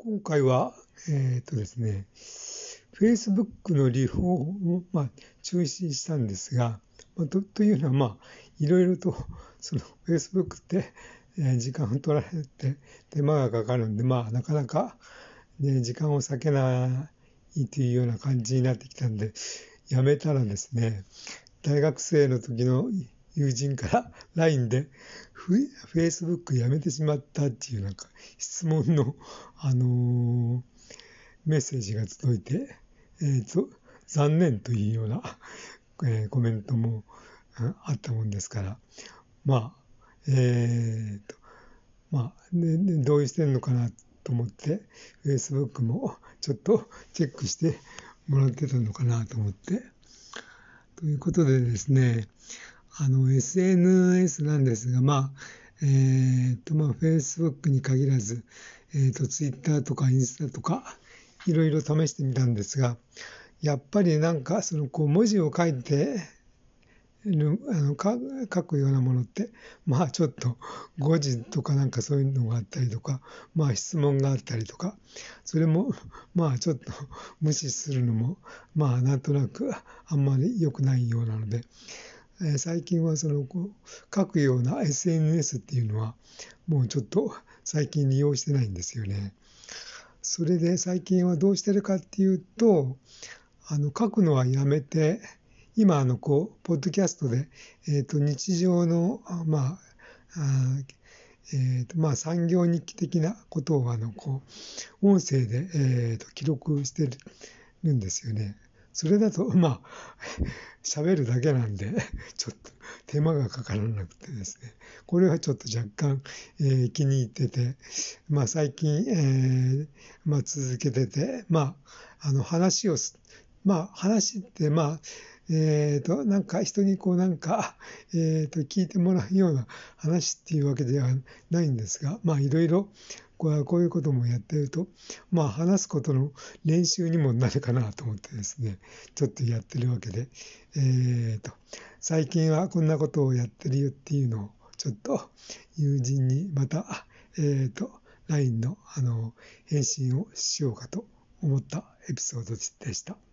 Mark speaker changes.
Speaker 1: 今回は、ですね、Facebook の利用を、中止したんですが、というのは、いろいろと、Facebook って、時間を取られて手間がかかるんで、なかなか、ね、時間を割けないというような感じになってきたんで、やめたらですね、大学生の時の友人から LINE でFacebook やめてしまったっていう質問の、メッセージが届いて、残念というような、コメントもあったもんですから、どうしてんのかなと思って Facebook もちょっとチェックしてもらってたのかなと思って、ということでですね、SNS なんですが、Facebook に限らず、Twitter とかインスタとか、いろいろ試してみたんですが、やっぱり文字を書いてる、書くようなものって、ちょっと誤字とかそういうのがあったりとか、質問があったりとか、それも、ちょっと無視するのも、なんとなくあんまり良くないようなので、最近は書くような SNS っていうのはもうちょっと最近利用してないんですよね。それで最近はどうしてるかっていうと、書くのはやめて、今ポッドキャストで、日常の産業日記的なことを音声で、記録してるんですよね。それだと喋るだけなんでちょっと手間がかからなくてですね、これはちょっと若干、気に入ってて、最近、続けてて、話を話って、人に聞いてもらうような話っていうわけではないんですが、いろいろこういうこともやってると、話すことの練習にもなるかなと思ってですね、ちょっとやってるわけで、最近はこんなことをやってるよっていうのをちょっと友人にまた、LINE の返信をしようかと思ったエピソードでした。